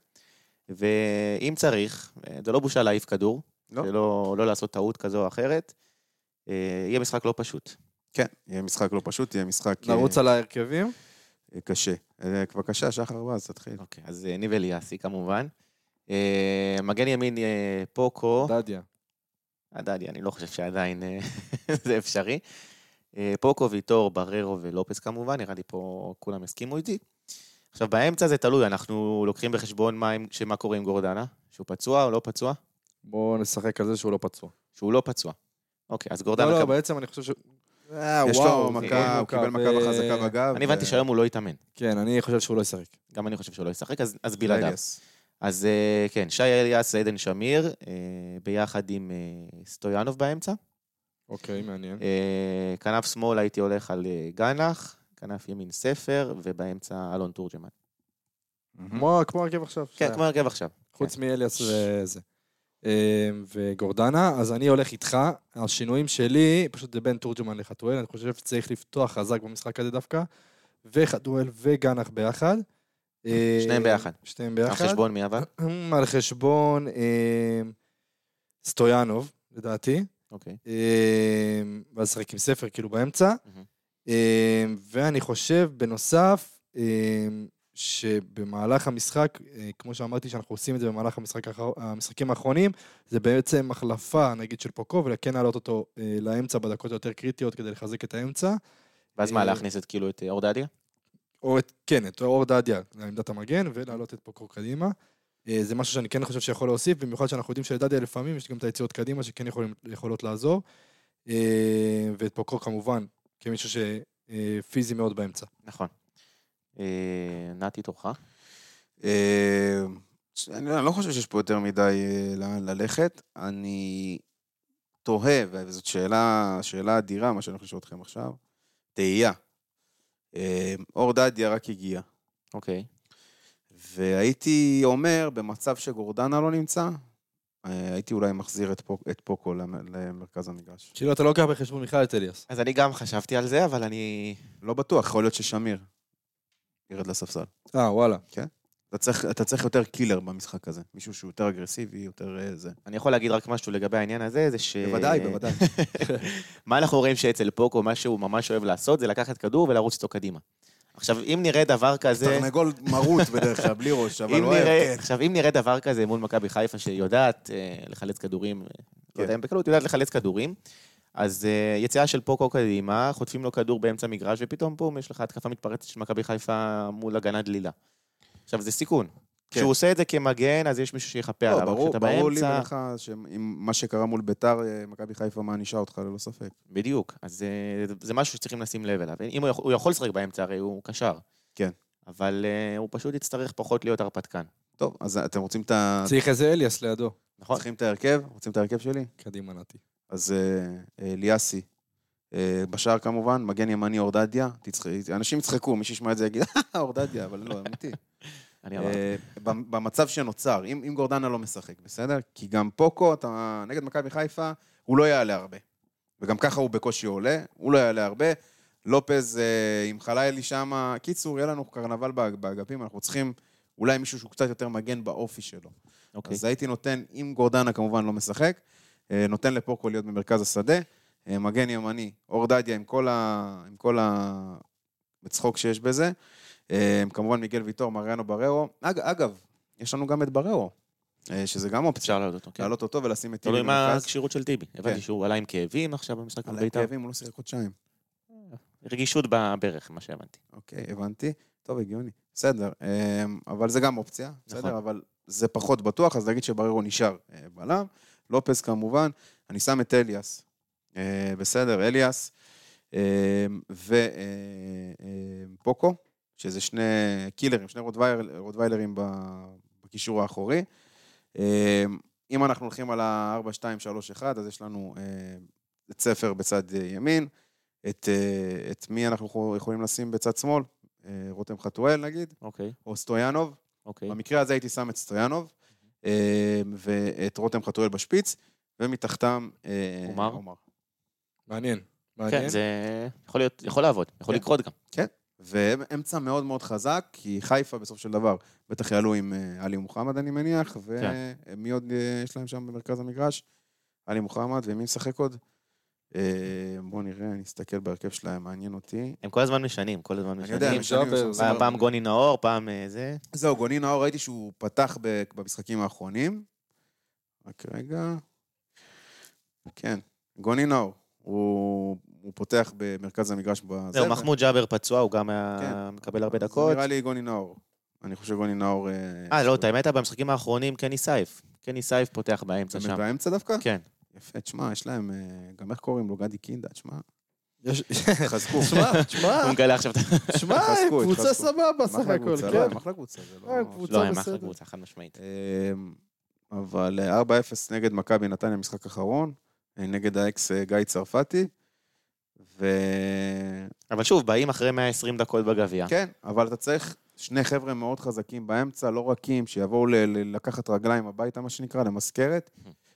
ואם צריך, זה לא בושה להעיף כדור, לא לעשות טעות כזו או אחרת, יהיה משחק לא פשוט. כן, יהיה משחק לא פשוט, יהיה משחק... נרוץ על ההרכבים? קשה. כבר קשה, שחר ואז, תתחיל. אוקיי, אז ניב אליאסי כמובן. מגן ימין פוקו. דדיה, אני לא חושב שעדיין זה אפשרי. פוקו, ויטור, בררו ולופס כמובן, נראה לי פה כולם הסכימו איתי. עכשיו, באמצע זה תלוי, אנחנו לוקחים בחשבון מה קורה עם גורדנה, שהוא פצוע או לא פצוע? בואו נשחק על זה שהוא לא פצוע. שהוא לא פצוע. אוקיי, אז גורדנה... לא, בעצם אני חושב ש... יש לו מכה, הוא קיבל מכה בחזקה בגב. אני הבנתי שהיום הוא לא יתאמן. כן, אני חושב שהוא לא ישחק. גם אני חושב שהוא לא ישחק, אז בלעדיו. אז כן, שי אליאס, עדן שמיר, ביחד עם סטויאנוב באמצע. אוקיי, מעניין. כנף שמאל הייתי הולך על גנח, כנף ימין ספר, ובאמצע אלון תורג'מן. כמו הרכב עכשיו. כן, כמו הרכב עכשיו. חוץ מאליאס וזה. וגורדנה, אז אני הולך איתך, השינויים שלי, פשוט זה בין תורג'מן לחתואל, אני חושב שצריך לפתוח חזק במשחק הזה דווקא, וחתואל וגנח ביחד. שניהם ביחד. שניהם ביחד. על חשבון מי אבל? על חשבון סטויאנוב, לדעתי. אוקיי. ואז שחק עם ספר כאילו באמצע. ואני חושב בנוסף, שבמהלך המשחק, כמו שאמרתי שאנחנו עושים את זה במהלך המשחקים האחרונים, זה בעצם החלפה, נגיד, של פוקו, ולכן להעלות אותו לאמצע בדקות היותר קריטיות כדי לחזק את האמצע. ואז מה, להכניס את כאילו את אור דדיה? כן, את אור דדיה לעמדת המגן, ולהעלות את פוקו קדימה. זה משהו שאני כן חושב שיכול להוסיף, במיוחד שאנחנו יודעים שלדדיה לפעמים יש גם את היציאות קדימה שכן יכולות לעזור. ואת פוקו כמובן, כמישהו שפיזי מאוד באמצע. נכון. נתי תורך? אני לא חושב שיש פה יותר מדי ללכת. אני תוהה, וזאת שאלה אדירה, מה שאני חושב אתכם עכשיו. תהייה. אור דדיה רק הגיע. אוקיי. והייתי אומר, במצב שגורדנה לא נמצא, הייתי אולי מחזיר את פוקו למרכז המגרש. כאילו אתה לא לוקח בחשבון מיכל את אליאס. אז אני גם חשבתי על זה, אבל אני... לא בטוח, יכול להיות ששמיר ירד לספסל. וואלה. כן? אתה צריך יותר קילר במשחק הזה. מישהו שהוא יותר אגרסיבי, יותר זה. אני יכול להגיד רק משהו לגבי העניין הזה, זה ש... בוודאי. מה אנחנו רואים שאצל פוקו, מה שהוא ממש אוהב לעשות, זה לקחת כדור ולרוץ אותו קדימה. עכשיו, אם נראה דבר כזה... תרנגול מרוט בדרך כלל, בלי ראש, אבל לא אוהב, כן. עכשיו, אם נראה דבר כזה מול מכבי חיפה, שיודעת לחלץ כדורים, לא יודע אם בקלות, יודעת לחלץ כדורים, אז יציאה של פוקו קדימה, חוטפים לו כדור באמצע מגרש, ופתאום פה יש לך התקפה מתפרצת של מכבי חיפה מול הגנה דלילה. עכשיו, זה סיכון. כשהוא עושה את זה כמגן, אז יש מישהו שיחפה עליו. ברור לי ולך, מה שקרה מול ביתר, מכבי חיפה מענישה אותך ללא ספק. בדיוק. אז זה משהו שצריכים לשים לב אליו. אם הוא יכול לשחק באמצע, הרי הוא קשר. כן. אבל הוא פשוט יצטרך פחות להיות הרפתקן. טוב, אז אתם רוצים את צריך איזה אליאס לידו. נכון. צריכים את ההרכב? רוצים את ההרכב שלי? קדימה נתי. אז ליאסי, בשער כמובן, מגן ימני אורדדיה, אנשים יצחקו, מי שישמע את זה יגיד, אורדדיה, אבל לא, אמיתי. במצב שנוצר, אם גורדנה לא משחק, בסדר? כי גם פוקו, נגד מכבי חיפה, הוא לא יעלה הרבה. וגם ככה הוא בקושי עולה, הוא לא יעלה הרבה. לופז עם חלילי שם, קיצור, יהיה לנו קרנבל באגפים, אנחנו צריכים אולי מישהו שהוא קצת יותר מגן באופי שלו. אז הייתי נותן, אם גורדנה כמובן לא משחק, נותן לפוקו להיות במרכז השדה, מגן ימני, אורדדיה עם כל הצחוק שיש בזה, כמובן מיגל ויטור, מריאנו בררו, אגב, יש לנו גם את בררו, שזה גם אופציה. אפשר לעלות אותו, כן. לעלות אותו ולשים את טיבי במרכז. תלוי מה הקשירות של טיבי. הבנתי שהוא עלה עם כאבים עכשיו במשחק עלה עם כאבים, הוא לא שיחק חודשיים. רגישות בברך, מה שהבנתי. אוקיי, הבנתי. טוב, הגיוני. בסדר, אבל זה גם אופציה, בסדר, אבל זה פחות בטוח, אז להגיד שבררו נשאר בלם. לופס כמובן, אני שם את אליאס. בסדר, אליאס ופוקו, שזה שני קילרים, שני רודוויילרים בקישור האחורי. אם אנחנו הולכים על ה-4-2-3-1, אז יש לנו את ספר בצד ימין, את מי אנחנו יכולים לשים בצד שמאל, רותם חתואל נגיד, או סטויאנוב. במקרה הזה הייתי שם את סטויאנוב, ואת רותם חתואל בשפיץ, ומתחתם עומר. מעניין. כן, זה יכול לעבוד, יכול לקרות גם. כן, ואמצע מאוד מאוד חזק, כי חיפה בסוף של דבר בטח יעלו עם עלי מוחמד אני מניח, ומי עוד יש להם שם במרכז המגרש? עלי מוחמד, ומי משחק עוד? בואו נראה, אני אסתכל בהרכב שלהם, מעניין אותי. הם כל הזמן משנים, כל הזמן משנים. אני יודע, פעם גוני נאור, פעם זה. זהו, גוני נאור ראיתי שהוא פתח במשחקים האחרונים. רק רגע. כן, גוני נאור. הוא פותח במרכז המגרש בזה. זהו, מחמוד ג'אבר פצוע, הוא גם מקבל הרבה דקות. זה נראה לי גוני נאור. אני חושב גוני נאור... לא, אתה האמת, במשחקים האחרונים, קני סייף. קני סייף פותח באמצע שם. באמצע דווקא? כן. יפה, תשמע, יש להם, גם איך קוראים לו, גדי קינדה, תשמע. חזקו. הוא מגלה עכשיו. תשמע, קבוצה סבבה, סך הכל, כן. מחלה קבוצה, זה לא... לא, הם אחלה קבוצה, חד משמעית. אבל 4-0 נגד מכבי נתניה, משחק אחרון, נגד האקס גיא צרפתי, אבל שוב, באים אחרי 120 דקות בגביע. כן, אבל אתה צריך שני חבר'ה מאוד חזקים באמצע, לא רכים, שיבואו לקחת רגליים הביתה, מה שנקרא, למזכרת.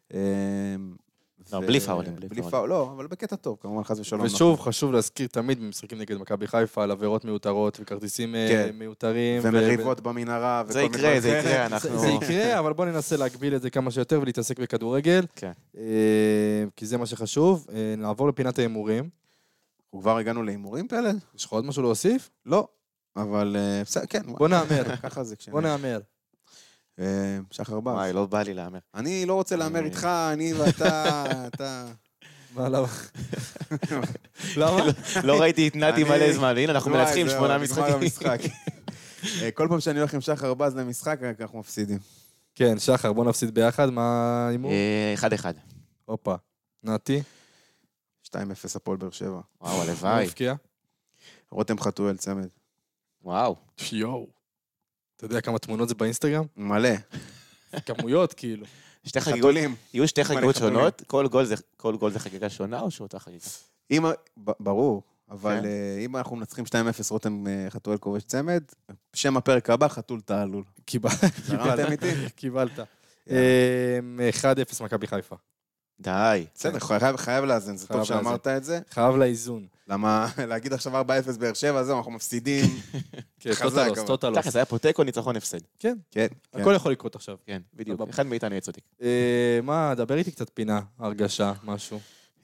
לא, בלי פאולים. בלי פאול, לא, אבל בקטע טוב, כמובן, חס ושלום. ושוב, חשוב להזכיר תמיד במשחקים נגד מכבי חיפה, על עבירות מיותרות וכרטיסים מיותרים. ומריבות במנהרה. זה יקרה, זה יקרה. זה יקרה, אבל בואו ננסה להגביל את זה כמה שיותר ולהתעסק בכדורגל. כי זה מה שחשוב. נעבור לפינת ההימורים. אנחנו כבר הגענו להימורים, פלד? יש לך עוד משהו להוסיף? לא, אבל כן. בוא נאמר. ככה זה בוא נאמר. שחר בס. וואי, לא בא לי להאמר. אני לא רוצה להאמר איתך, אני ואתה... מה, למה? למה? לא ראיתי את נתי מלא זמן, והנה אנחנו מנצחים 8 משחקים. כל פעם שאני הולך עם שחר בס למשחק, אנחנו מפסידים. כן, שחר, בוא נפסיד ביחד, מה ההימור? 1-1. הופה, נתי? 2-0 הפועל באר שבע. וואו, הלוואי. מפקיע? רותם חתואל צמד. וואו. יואו. אתה יודע כמה תמונות זה באינסטגרם? מלא. כמויות, כאילו. חתולים. יהיו שתי חגיגות שונות? כל גול זה חגיגה שונה או שאותה חגיגה? ברור, אבל אם אנחנו מנצחים 2-0 רותם חתואל כובש צמד, שם הפרק הבא חתול תעלול. קיבלת. 1-0 מכבי חיפה. די. בסדר, חייב לאזן, זה טוב שאמרת את זה. חייב לאיזון. למה להגיד עכשיו 4-0 באר שבע, זהו, אנחנו מפסידים. חזק. טוטלוס. ככה, זה היה פוטק או ניצחון הפסד. כן. כן. הכל יכול לקרות עכשיו. כן, בדיוק. אחד מאיתנו יהיה צודק. מה, דבר איתי קצת פינה, הרגשה, משהו.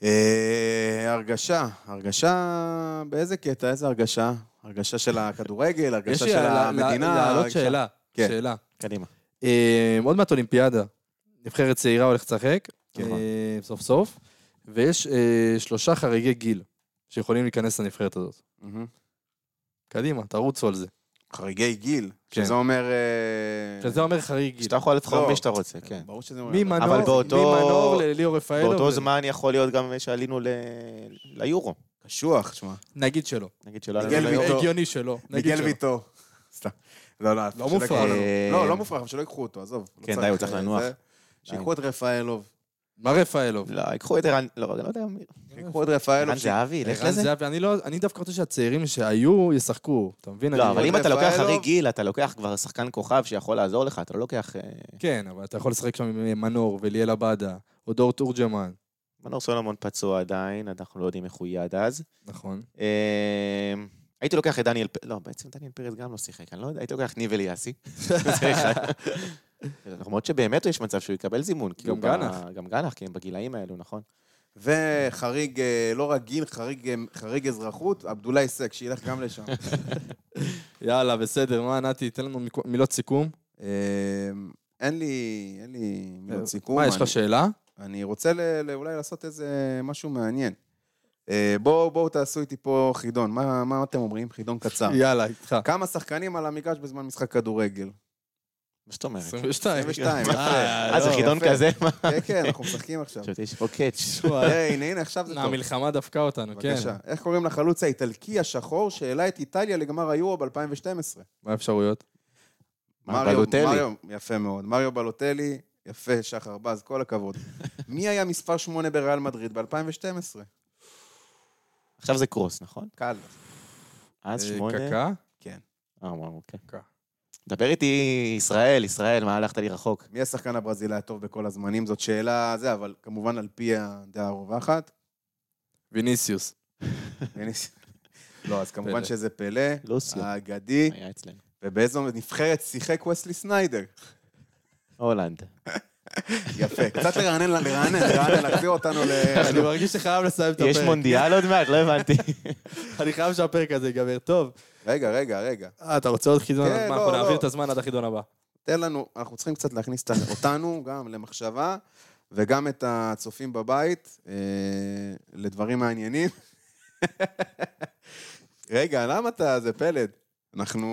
הרגשה, באיזה קטע, איזה הרגשה? הרגשה של הכדורגל, הרגשה של המדינה. להעלות שאלה. קדימה. עוד מעט אולימפיאדה. נבחרת צעירה הולכת לשחק, סוף סוף, ויש 3 חריגי גיל שיכולים להיכנס לנבחרת הזאת. קדימה, תרוצו על זה. חריגי גיל? שזה אומר... שזה אומר חריג גיל. שאתה יכול לבחור מי שאתה רוצה, כן. ברור שזה אומר... ממנור לליאור רפאלוב. באותו זמן יכול להיות גם שעלינו ליורו. קשוח, תשמע. נגיד שלא. הגיוני שלא. מיגל ויטו. סתם. לא מופרך. לא מופרך, אבל שלא ייקחו אותו, עזוב. כן, די, הוא צריך לנוח. שיקחו את רפאלוב. מה רפאלוב? לא, יקחו את ערן, לא יודע מי. שיקחו את רפאלוב. ערן זהבי, לך ערן לזה. זהבי, אני דווקא רוצה שהצעירים שהיו ישחקו, אתה מבין? לא, אבל אם אתה לוקח רפאלוב- חריג גיל, אתה לוקח כבר שחקן כוכב שיכול לעזור לך, אתה לא לוקח... כן, אבל אתה יכול לשחק שם עם מנור וליאל עבדה, או דור תורג'מן. מנור סולומון פצוע עדיין, אנחנו לא יודעים איך הוא יהיה עד אז. נכון. הייתי לוקח את דניאל פרץ, לא, בעצם דניאל פרץ גם לא שיחק, אני לא יודע, הייתי לוקח ניב אליאסי. למרות שבאמת יש מצב שהוא יקבל זימון. גם גנח. גם גנח, כי הם בגילאים האלו, נכון? וחריג, לא רגיל, חריג אזרחות, עבדולאי סק, שילך גם לשם. יאללה, בסדר, מה נתי, תן לנו מילות סיכום. אין לי מילות סיכום. מה, יש לך שאלה? אני רוצה אולי לעשות איזה משהו מעניין. בואו תעשו איתי פה חידון. מה אתם אומרים? חידון קצר. יאללה, איתך. כמה שחקנים על המגרש בזמן משחק כדורגל? מה זאת אומרת? 22. 22, יפה. זה חידון יפה. כזה? כן, אנחנו משחקים עכשיו. עכשיו יש פה קאץ'. הנה, עכשיו זה טוב. המלחמה דפקה אותנו, כן. בבקשה. איך קוראים לחלוץ האיטלקי השחור שהעלה את איטליה לגמר היורו ב-2012? מה האפשרויות? בלוטלי. יפה מאוד. מריו בלוטלי, יפה, שחר בז, כל הכבוד. מי היה מספר 8 בריאל מדריד ב-2012? עכשיו זה קרוס, נכון? קל. אז 8. קקה? כן. אוקיי. קקה. דבר איתי ישראל, מה הלכת לי רחוק? מי השחקן הברזילאי הטוב בכל הזמנים? זאת שאלה, אבל כמובן על פי הדעה הרווחת. ויניסיוס. לא, אז כמובן פלא. שזה פלא, לוסיו. האגדי, היה אצלנו. ובאיזו נבחרת שיחק וסלי סניידר. הולנד. יפה, קצת לרענן, להחזיר אותנו אני מרגיש שחייב לסיים את הפרק. יש מונדיאל עוד מעט? לא הבנתי. אני חייב שהפרק הזה ייגמר טוב. רגע. אתה רוצה עוד חידון? כן, מה, לא, אנחנו לא. נעביר את הזמן עד החידון הבא. תן לנו, אנחנו צריכים קצת להכניס אותנו גם למחשבה, וגם את הצופים בבית, לדברים מעניינים. רגע, למה זה פלד? אנחנו...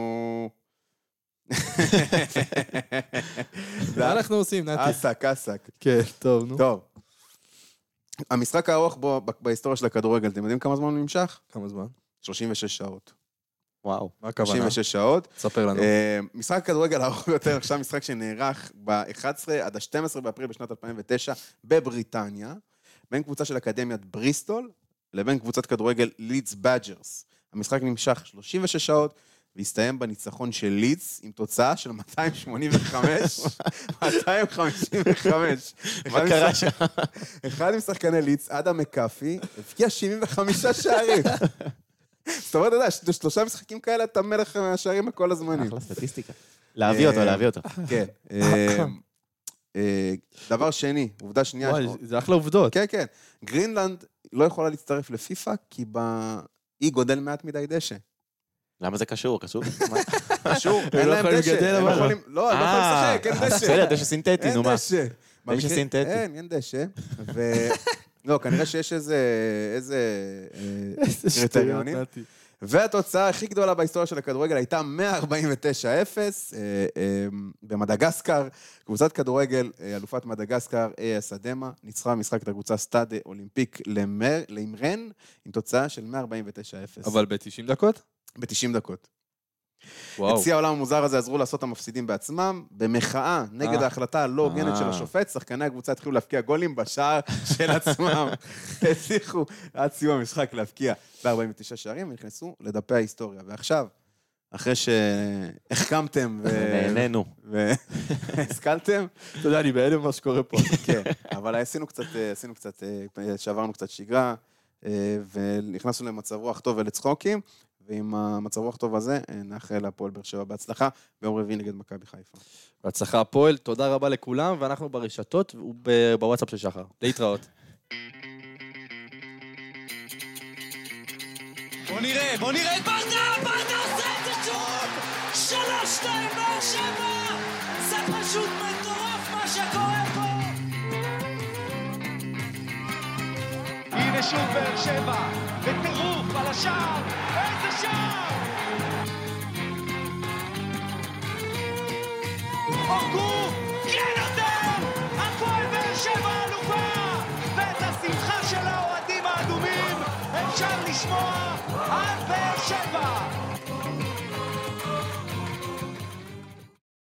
מה אנחנו עושים, נתי? עסק. כן, טוב, נו. טוב. המשחק הארוך בו, בהיסטוריה של הכדורגל, אתם יודעים כמה זמן הוא נמשך? כמה זמן? 36 שעות. וואו. מה הכוונה? 36 שעות. ספר לנו. משחק הכדורגל הארוך ביותר, עכשיו משחק שנערך ב-11 עד ה-12 באפריל בשנת 2009 בבריטניה, בין קבוצה של אקדמיית בריסטול לבין קבוצת כדורגל לידס בדג'רס. המשחק נמשך 36 שעות, והסתיים בניצחון של לידס עם תוצאה של 285. מה קרה שם? אחד משחקני לידס, אדם מקאפי, הבקיע 75 שערים. זאת אומרת, אתה יודע, 3 משחקים כאלה, אתה מלך מהשערים בכל הזמנים. אחלה סטטיסטיקה. להביא אותו. כן. דבר שני, עובדה שנייה. וואי, זה אחלה עובדות. כן. גרינלנד לא יכולה להצטרף לפיפ"א, כי היא גודל מעט מדי דשא. למה זה קשור? קשור, הם אין לא להם יכולים דשא. לגדל, הם אבל- לא יכולים לשחק, אין דשא. בסדר, דשא סינתטי, נו מה. אין דשא. דשא סינתטי. אין דשא. לא, כנראה שיש איזה קריטריונים. נתי. והתוצאה הכי גדולה בהיסטוריה של הכדורגל הייתה 149-0 במדגסקר. קבוצת כדורגל, אלופת מדגסקר, AS אדמה, ניצחה משחק את הקבוצה סטאדה אולימפיק לאמרן, עם תוצאה של 149-0. אבל ב-90 דקות? ב-90 דקות. וואו. את שיא העולם המוזר הזה עזרו לעשות המפסידים בעצמם, במחאה נגד ההחלטה הלא הוגנת של השופט, שחקני הקבוצה התחילו להפקיע גולים בשער של עצמם. הצליחו עד סיום המשחק להפקיע ב-49 שערים, ונכנסו לדפי ההיסטוריה. ועכשיו, אחרי שהחכמתם נהנינו. והשכלתם, אתה יודע, אני בהלם מה שקורה פה. כן, אבל עשינו קצת, שעברנו קצת שגרה, ונכנסנו למצב רוח טוב ולצחוקים, ועם המצב רוח טוב הזה, נאחל להפועל באר שבע בהצלחה, ביום רביעי נגד מכבי חיפה. בהצלחה הפועל, תודה רבה לכולם, ואנחנו ברשתות ובוואטסאפ של שחר. להתראות. בוא נראה את ברדה עושה את זה שוב! 3-2 באר שבע! זה פשוט מטורף מה שקורה פה! הנה שוב באר שבע, בטירוף על השער, איזה שער! אורגו, כן יותר! הפועל באר שבע אלופה! ואת השמחה של האוהדים האדומים אפשר לשמוע על באר שבע!